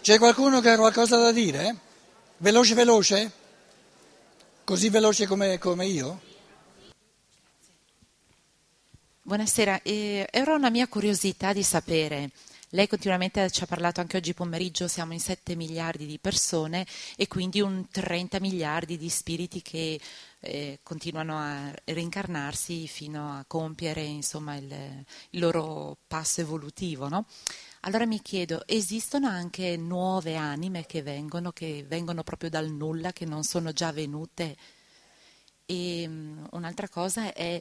C'è qualcuno che ha qualcosa da dire? Veloce, veloce? Così veloce come io? Buonasera, era una mia curiosità di sapere, lei continuamente ci ha parlato anche oggi pomeriggio, siamo in 7 miliardi di persone e quindi un 30 miliardi di spiriti che continuano a reincarnarsi fino a compiere insomma il loro passo evolutivo, no? Allora mi chiedo, esistono anche nuove anime che vengono proprio dal nulla, che non sono già venute? E un'altra cosa è...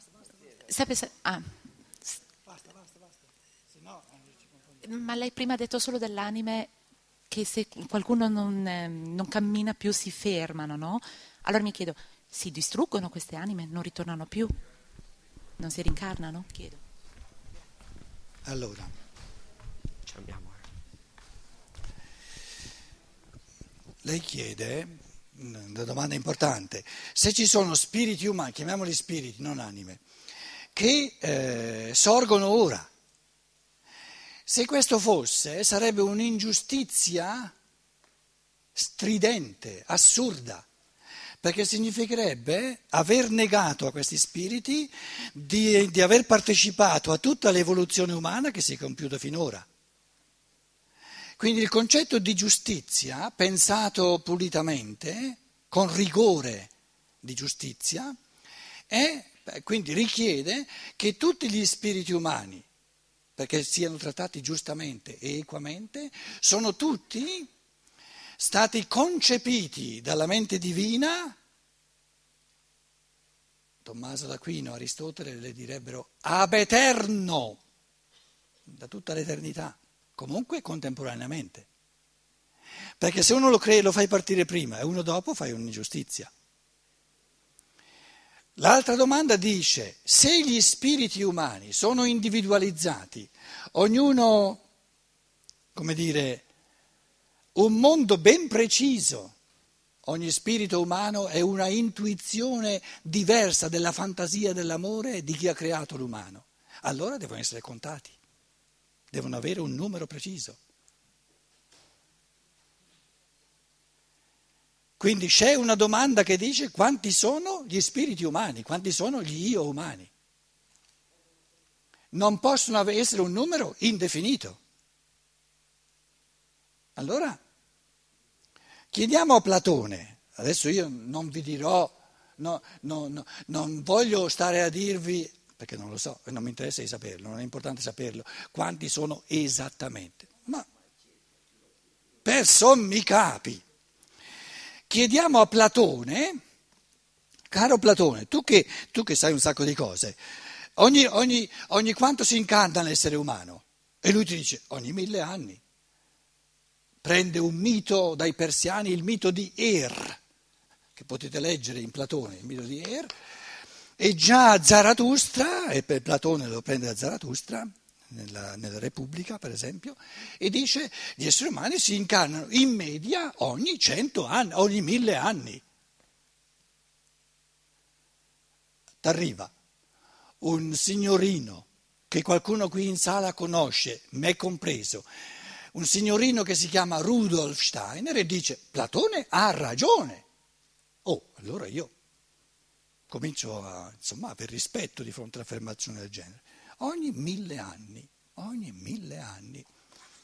Ma lei prima ha detto solo dell'anime che se qualcuno non cammina più si fermano, no? Allora mi chiedo, si distruggono queste anime? Non ritornano più? Non si rincarnano? Chiedo. Allora, Ci abbiamo. lei chiede una domanda importante. Se ci sono spiriti umani, chiamiamoli spiriti, non anime, che sorgono ora, se questo fosse, sarebbe un'ingiustizia stridente, assurda, perché significherebbe aver negato a questi spiriti di aver partecipato a tutta l'evoluzione umana che si è compiuta finora. Quindi il concetto di giustizia, pensato pulitamente, con rigore di giustizia, quindi richiede che tutti gli spiriti umani, perché siano trattati giustamente e equamente, sono tutti stati concepiti dalla mente divina. Tommaso d'Aquino, Aristotele le direbbero ab eterno, da tutta l'eternità, comunque contemporaneamente. Perché se uno lo fai partire prima e uno dopo, fai un'ingiustizia. L'altra domanda dice, se gli spiriti umani sono individualizzati, ognuno, come dire, un mondo ben preciso, ogni spirito umano è una intuizione diversa della fantasia dell'amore di chi ha creato l'umano, allora devono essere contati, devono avere un numero preciso. Quindi c'è una domanda che dice quanti sono gli spiriti umani, quanti sono gli io umani. Non possono essere un numero indefinito. Allora, chiediamo a Platone, adesso io non vi dirò, non voglio stare a dirvi, perché non lo so, e non mi interessa di saperlo, non è importante saperlo, quanti sono esattamente, ma per sommi capi. Chiediamo a Platone, caro Platone, tu che sai un sacco di cose, ogni quanto si incarna l'essere umano? E lui ti dice, ogni 1000 anni. Prende un mito dai persiani, il mito di Er, che potete leggere in Platone, il mito di Er, e già Zarathustra, e per Platone lo prende da Zarathustra, nella Repubblica per esempio, e dice gli esseri umani si incarnano in media ogni 100 anni, ogni 1000 anni. T'arriva un signorino che qualcuno qui in sala conosce, me compreso, un signorino che si chiama Rudolf Steiner e dice Platone ha ragione. Oh, allora io comincio a aver rispetto di fronte all'affermazione del genere. Ogni 1000 anni.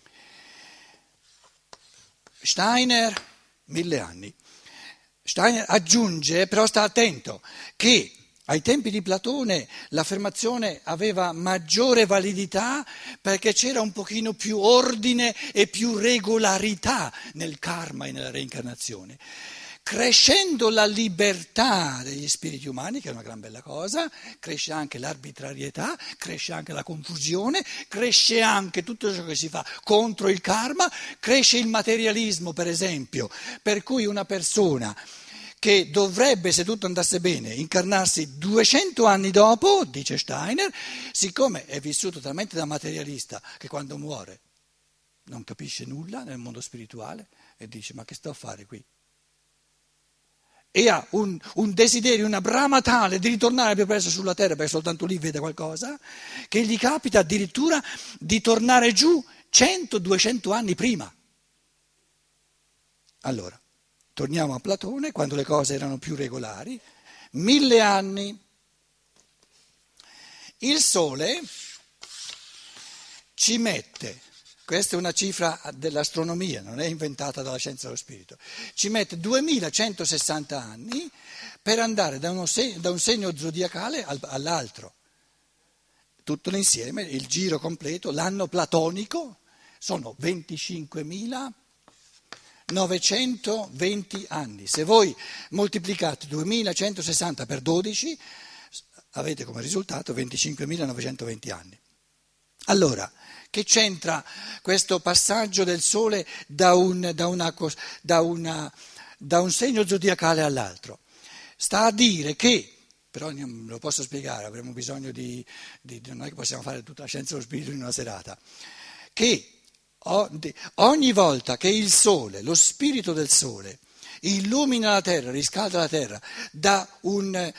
Steiner, 1000 anni. Steiner aggiunge, però sta attento, che ai tempi di Platone l'affermazione aveva maggiore validità perché c'era un pochino più ordine e più regolarità nel karma e nella reincarnazione. Crescendo la libertà degli spiriti umani, che è una gran bella cosa, cresce anche l'arbitrarietà, cresce anche la confusione, cresce anche tutto ciò che si fa contro il karma, cresce il materialismo, per esempio, per cui una persona che dovrebbe, se tutto andasse bene, incarnarsi 200 anni dopo, dice Steiner, siccome è vissuto talmente da materialista che quando muore non capisce nulla nel mondo spirituale e dice ma che sto a fare qui? E ha un desiderio, una brama tale di ritornare più presto sulla terra, perché soltanto lì vede qualcosa, che gli capita addirittura di tornare giù 100-200 anni prima. Allora, torniamo a Platone, quando le cose erano più regolari, 1000 anni. Il Sole ci mette, questa è una cifra dell'astronomia, non è inventata dalla scienza dello spirito, ci mette 2160 anni per andare da un segno zodiacale all'altro. Tutto l'insieme, il giro completo, l'anno platonico, sono 25.920 anni. Se voi moltiplicate 2160 per 12, avete come risultato 25.920 anni. Allora, che c'entra questo passaggio del Sole da un segno zodiacale all'altro? Sta a dire che, però non lo posso spiegare, avremo bisogno non è che possiamo fare tutta la scienza dello spirito in una serata, che ogni volta che il Sole, lo spirito del Sole, illumina la terra, riscalda la terra da un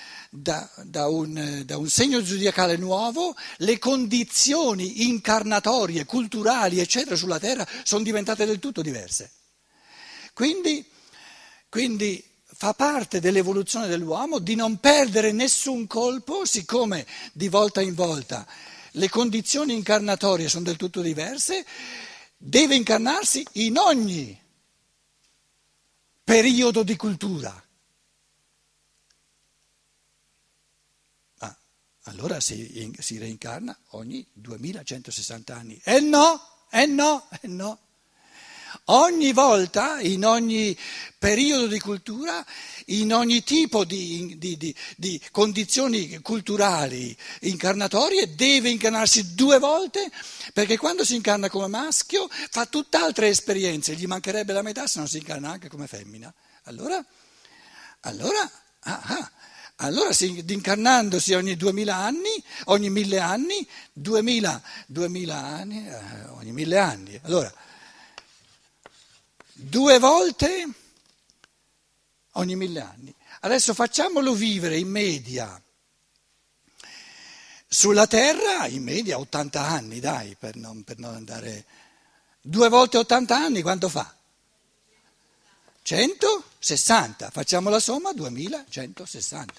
segno zodiacale nuovo, le condizioni incarnatorie, culturali, eccetera, sulla terra sono diventate del tutto diverse. Quindi fa parte dell'evoluzione dell'uomo di non perdere nessun colpo, siccome di volta in volta le condizioni incarnatorie sono del tutto diverse, deve incarnarsi in ogni periodo di cultura. Allora si reincarna ogni 2160 anni. No. Ogni volta, in ogni periodo di cultura, in ogni tipo di condizioni culturali incarnatorie, deve incarnarsi 2 volte, perché quando si incarna come maschio fa tutt'altre esperienze, gli mancherebbe la metà se non si incarna anche come femmina. Allora incarnandosi ogni 2000 anni, ogni 1000 anni, 2000 anni, ogni 1000 anni. Allora, 2 volte ogni 1000 anni. Adesso facciamolo vivere in media sulla Terra, in media 80 anni, dai, per non andare. 2 volte 80 anni, quanto fa? 160. Facciamo la somma, 2160.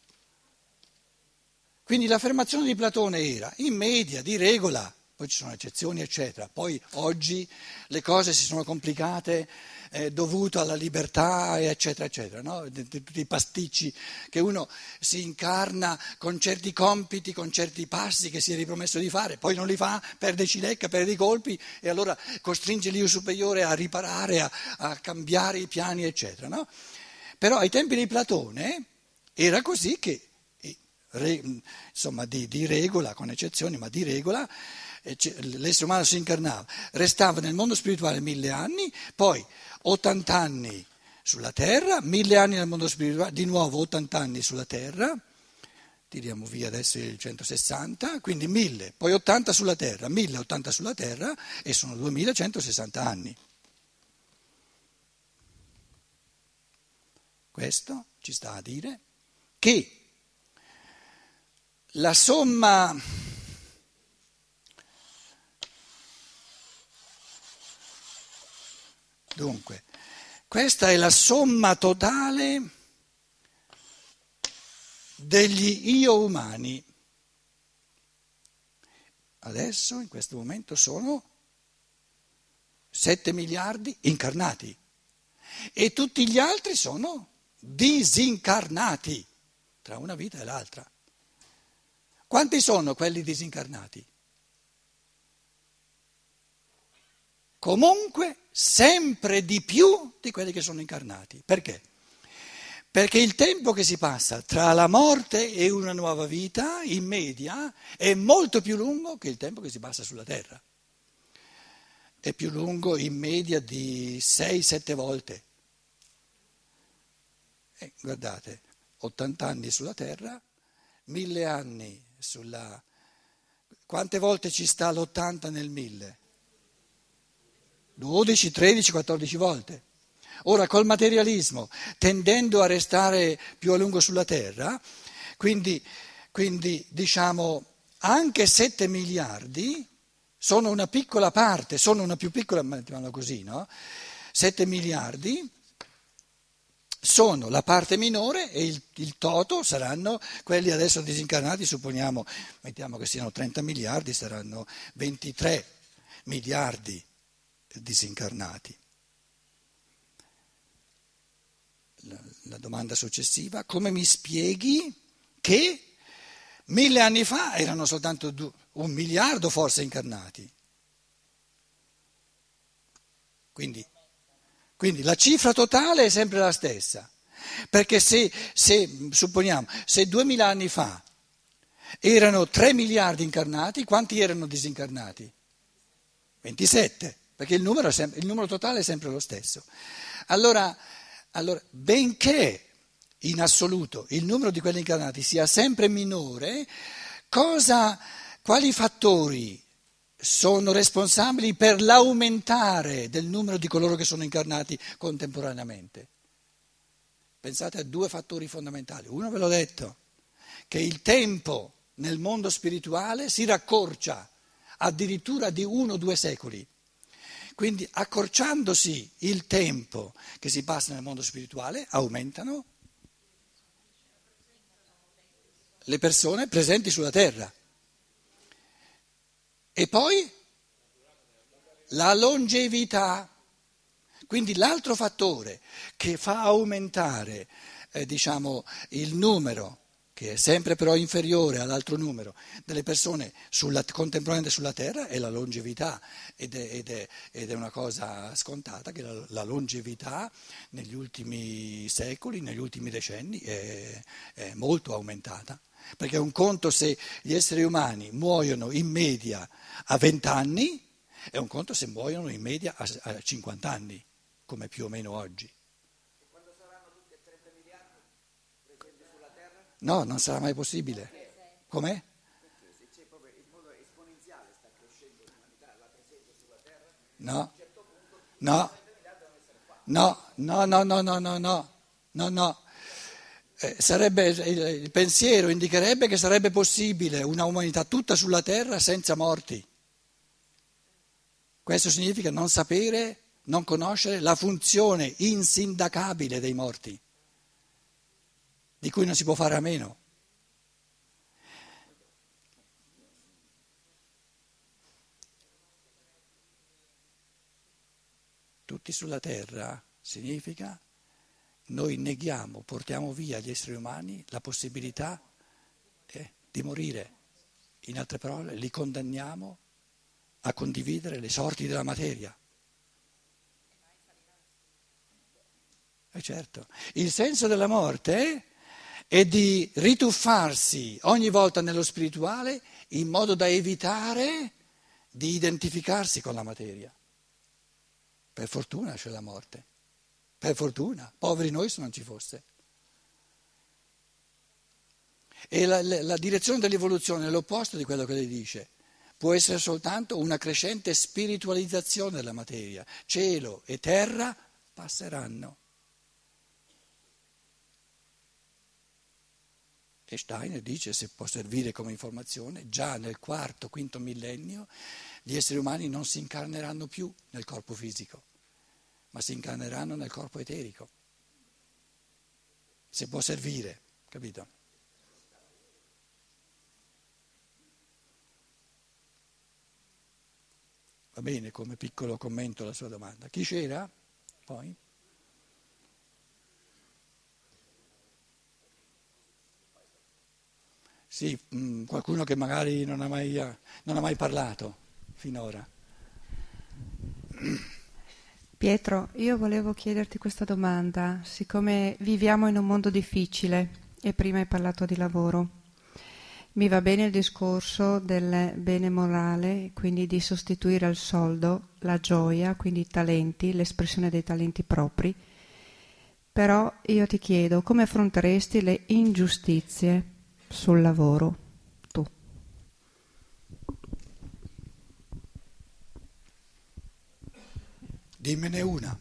Quindi l'affermazione di Platone era in media, di regola. Poi ci sono eccezioni, eccetera. Poi oggi le cose si sono complicate dovuto alla libertà, eccetera, eccetera, no? Tutti i pasticci che uno si incarna con certi compiti, con certi passi che si è ripromesso di fare, poi non li fa, perde cilecca, perde i colpi e allora costringe l'io superiore a riparare, a cambiare i piani, eccetera, no? Però ai tempi di Platone era così che, insomma, di regola, con eccezioni, ma di regola, l'essere umano si incarnava, restava nel mondo spirituale 1000 anni, poi 80 anni sulla terra, 1000 anni nel mondo spirituale, di nuovo 80 anni sulla terra, tiriamo via adesso il 160, quindi 1000, poi 80 sulla terra, 1000, 80 sulla terra e sono 2160 anni. Questo ci sta a dire che la somma dunque, questa è la somma totale degli io umani. Adesso, in questo momento, sono 7 miliardi incarnati e tutti gli altri sono disincarnati tra una vita e l'altra. Quanti sono quelli disincarnati? Comunque sempre di più di quelli che sono incarnati. Perché? Perché il tempo che si passa tra la morte e una nuova vita, in media, è molto più lungo che il tempo che si passa sulla terra. È più lungo in media di 6-7 volte. Guardate, 80 anni sulla terra, 1000 anni sulla. Quante volte ci sta l'80 nel 1000? 12, 13, 14 volte. Ora col materialismo, tendendo a restare più a lungo sulla terra, quindi diciamo anche 7 miliardi sono una piccola parte, sono una più piccola, mettiamolo così, no? 7 miliardi sono la parte minore e il toto saranno quelli adesso disincarnati, supponiamo, mettiamo che siano 30 miliardi, saranno 23 miliardi disincarnati. La domanda successiva: come mi spieghi che 1000 anni fa erano soltanto 1 miliardo forse incarnati? Quindi la cifra totale è sempre la stessa, perché se supponiamo, se 2000 anni fa erano 3 miliardi incarnati, quanti erano disincarnati? 27, perché il numero totale è sempre lo stesso. Allora, benché in assoluto il numero di quelli incarnati sia sempre minore, quali fattori sono responsabili per l'aumentare del numero di coloro che sono incarnati contemporaneamente? Pensate a 2 fattori fondamentali. Uno ve l'ho detto, che il tempo nel mondo spirituale si raccorcia addirittura di 1 o 2 secoli. Quindi accorciandosi il tempo che si passa nel mondo spirituale, aumentano le persone presenti sulla terra. E poi la longevità. Quindi l'altro fattore che fa aumentare il numero, che è sempre però inferiore all'altro numero, delle persone contemporaneamente sulla terra è la longevità, ed è una cosa scontata che la longevità negli ultimi secoli, negli ultimi decenni è molto aumentata. Perché è un conto se gli esseri umani muoiono in media a 20 anni, è un conto se muoiono in media a 50 anni, come più o meno oggi. E quando saranno tutti e 30 miliardi presenti sulla Terra? No, non sarà mai possibile. Com'è? Perché se c'è proprio in modo esponenziale sta crescendo l'umanità, la presenza sulla Terra, No, a un certo punto no, 30 miliardi devono essere qua. no. Il pensiero indicherebbe che sarebbe possibile una umanità tutta sulla terra senza morti. Questo significa non sapere, non conoscere la funzione insindacabile dei morti, di cui non si può fare a meno. Tutti sulla terra significa noi neghiamo, portiamo via agli esseri umani la possibilità di morire. In altre parole, li condanniamo a condividere le sorti della materia. E certo, il senso della morte è di rituffarsi ogni volta nello spirituale in modo da evitare di identificarsi con la materia. Per fortuna c'è la morte. Per fortuna, poveri noi se non ci fosse. E la direzione dell'evoluzione è l'opposto di quello che lei dice. Può essere soltanto una crescente spiritualizzazione della materia. Cielo e terra passeranno. E Steiner dice, se può servire come informazione, già nel IV millennio gli esseri umani non si incarneranno più nel corpo fisico, ma si incarneranno nel corpo eterico. Se può servire, capito? Va bene, come piccolo commento alla sua domanda. Chi c'era? Poi? Sì, qualcuno che magari non ha mai parlato finora. Pietro, io volevo chiederti questa domanda, siccome viviamo in un mondo difficile e prima hai parlato di lavoro, mi va bene il discorso del bene morale, quindi di sostituire al soldo la gioia, quindi i talenti, l'espressione dei talenti propri, però io ti chiedo come affronteresti le ingiustizie sul lavoro, tu? Dimmene una.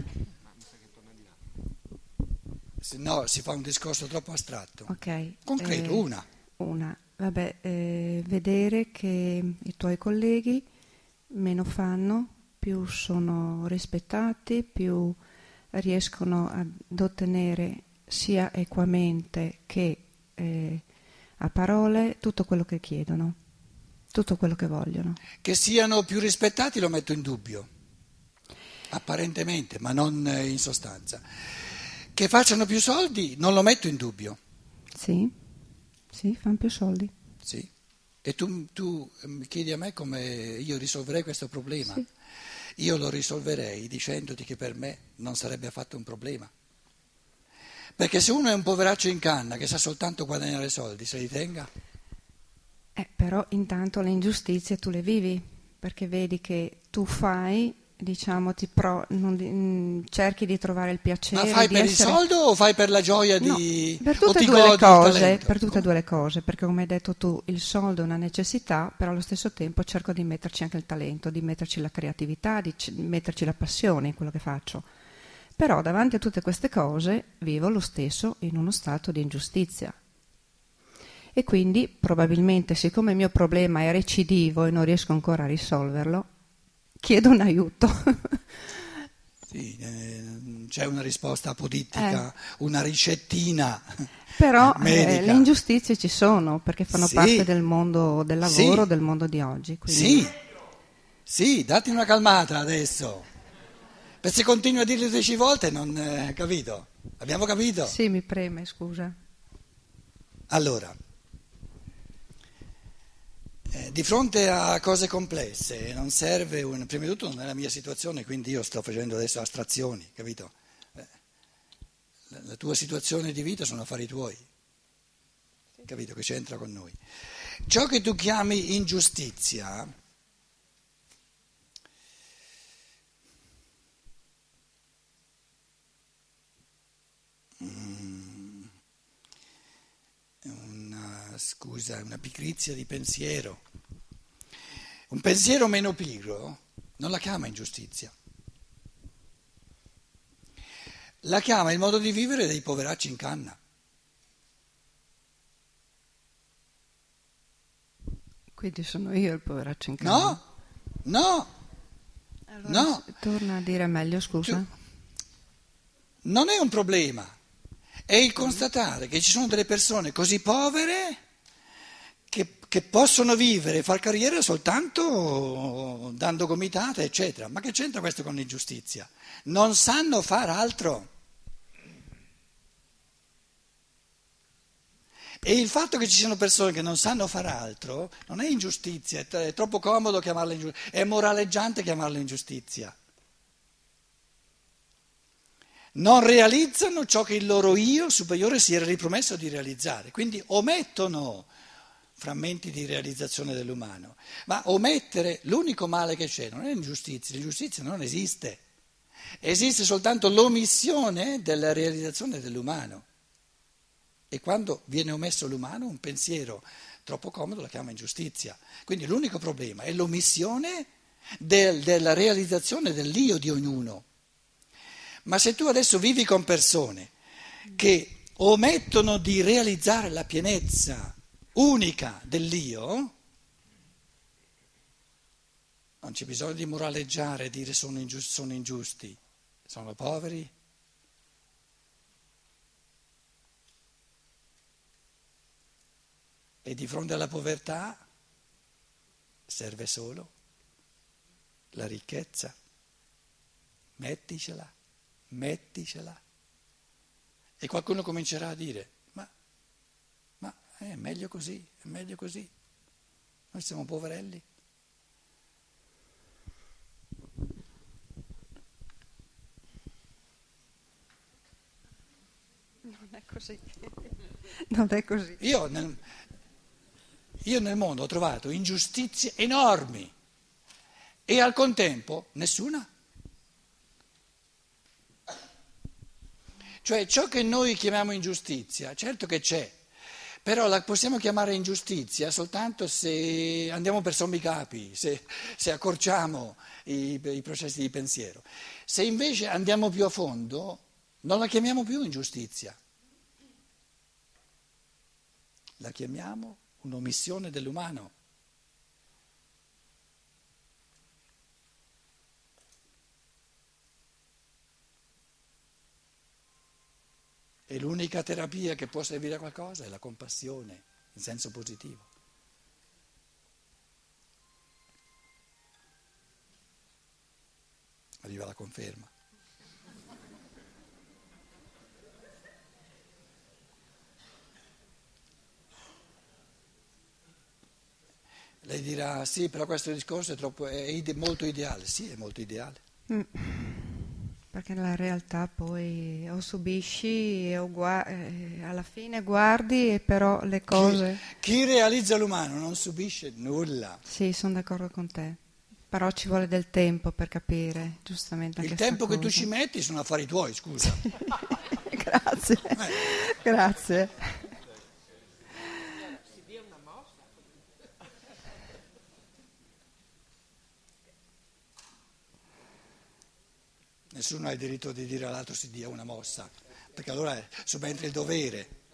Se no si fa un discorso troppo astratto. Ok. Concreto, una. Una. Vabbè, vedere che i tuoi colleghi meno fanno, più sono rispettati, più riescono ad ottenere sia equamente che a parole tutto quello che chiedono, tutto quello che vogliono. Che siano più rispettati lo metto in dubbio, apparentemente, ma non in sostanza. Che facciano più soldi non lo metto in dubbio. Sì, fanno più soldi. Sì. E tu chiedi a me come io risolverei questo problema. Sì. Io lo risolverei dicendoti che per me non sarebbe affatto un problema. Perché se uno è un poveraccio in canna che sa soltanto guadagnare soldi, se li tenga. Però intanto le ingiustizie tu le vivi, perché vedi che tu fai, diciamo, cerchi di trovare il piacere. Ma fai di per essere... il soldo o fai per la gioia No, di... per tutte o ti e due le godi il cose, talento? per tutte e due le cose, perché come hai detto tu, il soldo è una necessità, però allo stesso tempo cerco di metterci anche il talento, di metterci la creatività, di metterci la passione in quello che faccio. Però davanti a tutte queste cose vivo lo stesso in uno stato di ingiustizia. E quindi probabilmente, siccome il mio problema è recidivo e non riesco ancora a risolverlo, chiedo un aiuto. Sì, c'è una risposta apodittica, una ricettina Però medica. le ingiustizie ci sono, perché fanno Sì. parte del mondo del lavoro, Sì. del mondo di oggi. Quindi... Sì, datti una calmata adesso. Se continui a dirlo 10 volte non capito. Abbiamo capito? Sì, mi preme, scusa. Allora, di fronte a cose complesse non serve prima di tutto non è la mia situazione, quindi io sto facendo adesso astrazioni, capito? La tua situazione di vita sono affari tuoi, capito che c'entra con noi. Ciò che tu chiami ingiustizia una pigrizia di pensiero. Un pensiero meno pigro non la chiama ingiustizia, la chiama il modo di vivere dei poveracci in canna. Quindi sono io il poveraccio in canna? No. Allora, No. Torna a dire meglio, scusa. Non è un problema, è il constatare che ci sono delle persone così povere che possono vivere e far carriera soltanto dando gomitate, eccetera. Ma che c'entra questo con l'ingiustizia? Non sanno far altro. E il fatto che ci siano persone che non sanno far altro non è ingiustizia, è troppo comodo chiamarla ingiustizia, è moraleggiante chiamarla ingiustizia. Non realizzano ciò che il loro io superiore si era ripromesso di realizzare, quindi omettono frammenti di realizzazione dell'umano. Ma omettere l'unico male che c'è non è l'ingiustizia non esiste, esiste soltanto l'omissione della realizzazione dell'umano. E quando viene omesso l'umano, un pensiero troppo comodo la chiama ingiustizia. Quindi l'unico problema è l'omissione della realizzazione dell'io di ognuno. Ma se tu adesso vivi con persone che omettono di realizzare la pienezza unica dell'io, non c'è bisogno di moraleggiare e dire sono ingiusti, sono poveri. E di fronte alla povertà serve solo la ricchezza. Metticela. E qualcuno comincerà a dire, ma è meglio così, noi siamo poverelli. Non è così. Non è così. Io nel mondo ho trovato ingiustizie enormi e al contempo nessuna. Cioè ciò che noi chiamiamo ingiustizia, certo che c'è, però la possiamo chiamare ingiustizia soltanto se andiamo per sommi capi, se accorciamo i processi di pensiero. Se invece andiamo più a fondo, non la chiamiamo più ingiustizia, la chiamiamo un'omissione dell'umano. E l'unica terapia che può servire a qualcosa è la compassione, in senso positivo. Arriva la conferma. Lei dirà, sì, però questo discorso è molto ideale. Sì, è molto ideale. Perché nella realtà poi o subisci o alla fine guardi e però le cose... Chi realizza l'umano non subisce nulla. Sì, sono d'accordo con te. Però ci vuole del tempo per capire, giustamente, anche Il tempo sta che tu cosa. ci metti sono affari tuoi, scusa. Grazie, grazie. Nessuno ha il diritto di dire all'altro si dia una mossa, perché allora subentra il dovere.